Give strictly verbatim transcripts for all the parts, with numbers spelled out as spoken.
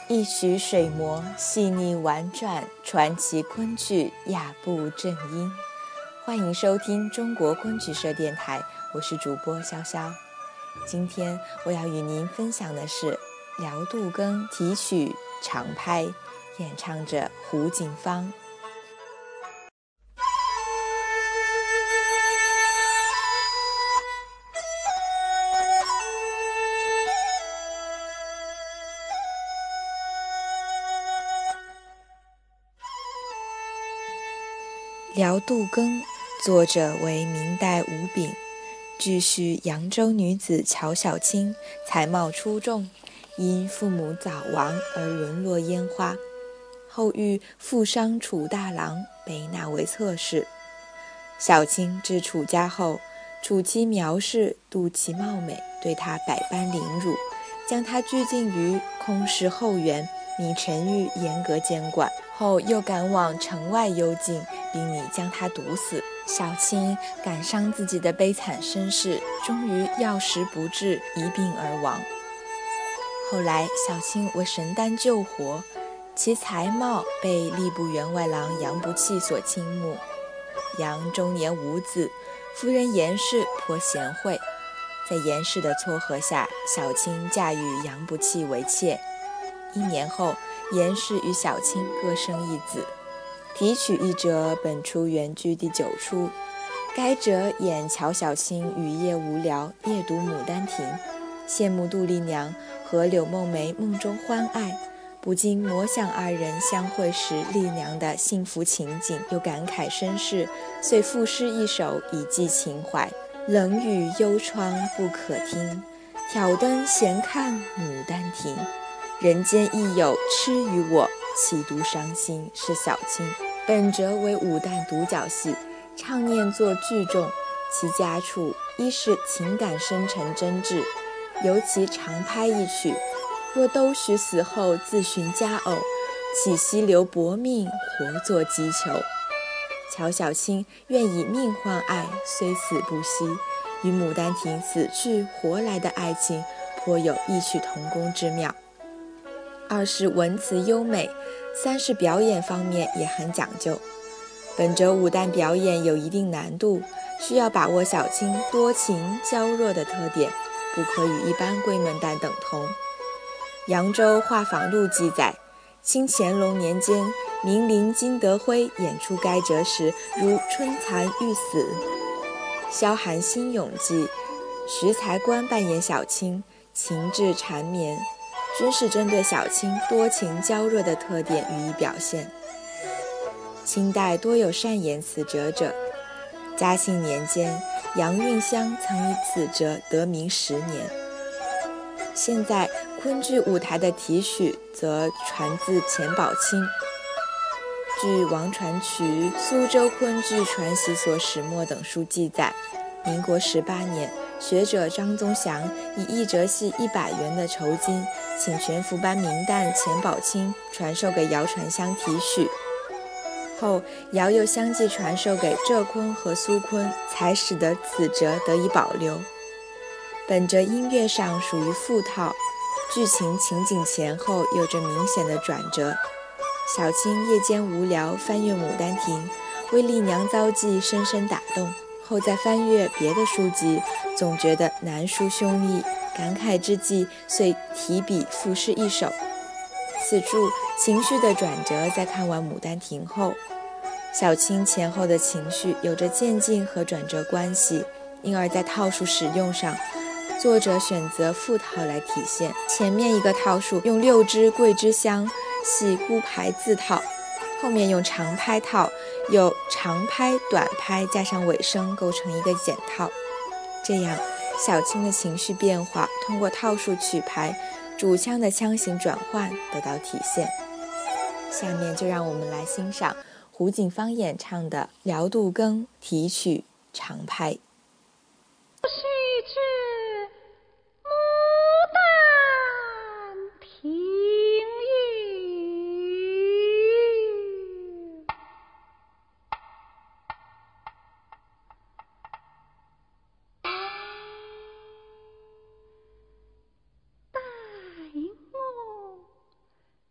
一曲水磨，细腻婉转，传奇昆剧雅步正音。欢迎收听中国昆曲社电台，我是主播潇潇。今天我要与您分享的是辽杜庚题曲长拍，演唱者胡锦芳。辽杜庚，作者为明代吴炳，据叙扬州女子乔小青才貌出众，因父母早亡而沦落烟花，后遇富商楚大郎，被纳为侧室。小青至楚家后，楚妻苗氏妒其貌美，对她百般凌辱，将她拘禁于空室后园，命陈玉严格监管，后又赶往城外幽禁，并拟将她毒死。小青感伤自己的悲惨身世，终于药石不治，一病而亡。后来小青为神丹救活，其才貌被吏部员外郎杨不弃所倾慕。杨终年无子，夫人严氏颇贤惠，在严氏的撮合下，小青嫁与杨不弃为妾。一年后，严氏与小青各生一子。题曲一折本出原剧第九出，该折演乔小青雨夜无聊，夜读《牡丹亭》，羡慕杜丽娘和柳梦梅梦中欢爱，不禁摹想二人相会时丽娘的幸福情景，又感慨身世，遂赋诗一首以寄情怀。冷雨幽窗不可听，挑灯闲看牡丹亭。人间亦有痴于我，岂独伤心是小青。本折为武旦独角戏，唱念作聚众，其佳处一是情感深沉真挚，尤其长拍一曲，若都许死后自寻佳偶，岂惜留薄命活作击球。乔小青愿以命换爱，虽死不息，与牡丹亭死去活来的爱情颇有异曲同工之妙。二是文辞优美，三是表演方面也很讲究。本折武旦表演有一定难度，需要把握小青多情娇弱的特点，不可与一般闺门旦等同。扬州画舫录记载，清乾隆年间，名伶金德辉演出该折时，如春蚕欲死。萧寒新咏记，徐才官扮演小青，情至缠绵，均是针对小青多情娇弱的特点予以表现。清代多有善演此折者，嘉庆年间，杨运香曾以此折得名十年。现在昆剧舞台的题曲则传自钱宝清。据王传渠《苏州昆剧传习所始末》等书记载，民国十八年，学者张宗祥以一折戏一百元的酬金，请全福班名旦钱宝清传授给姚传香题曲。后姚又相继传授给浙昆和苏昆，才使得此折得以保留。本折音乐上属于复套，剧情情景前后有着明显的转折。小青夜间无聊翻阅《牡丹亭》，为丽娘遭际深深打动，后再翻阅别的书籍，总觉得难抒胸臆，感慨之际，遂提笔赋诗一首。此处情绪的转折，在看完《牡丹亭》后，小青前后的情绪有着渐进和转折关系，因而在套数使用上，作者选择复套来体现。前面一个套数用六支桂枝香系孤排字套，后面用长拍套，有长拍、短拍加上尾声构成一个简套。这样小青的情绪变化通过套数取牌，主腔的腔型转换得到体现。下面就让我们来欣赏胡锦芳演唱的辽杜庚题曲长拍。 须知牡丹亭雨，待我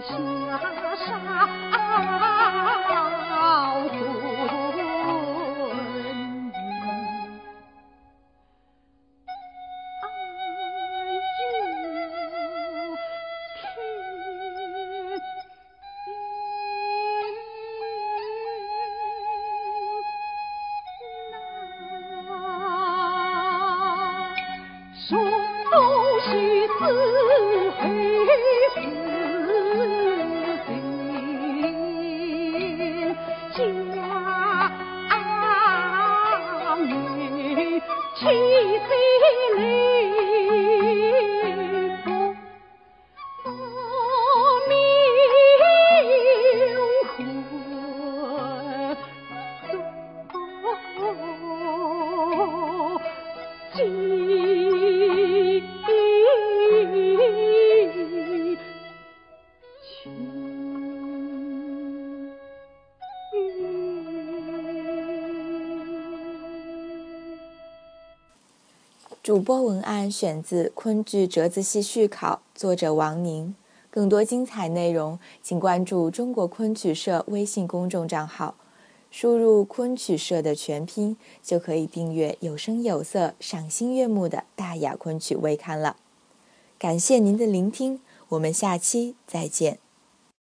主播文案选自昆剧折子戏续考，作者王宁。更多精彩内容，请关注中国昆曲社微信公众账号，输入昆曲社的全拼，就可以订阅有声有色、赏心悦目的大雅昆曲微刊了。感谢您的聆听，我们下期再见。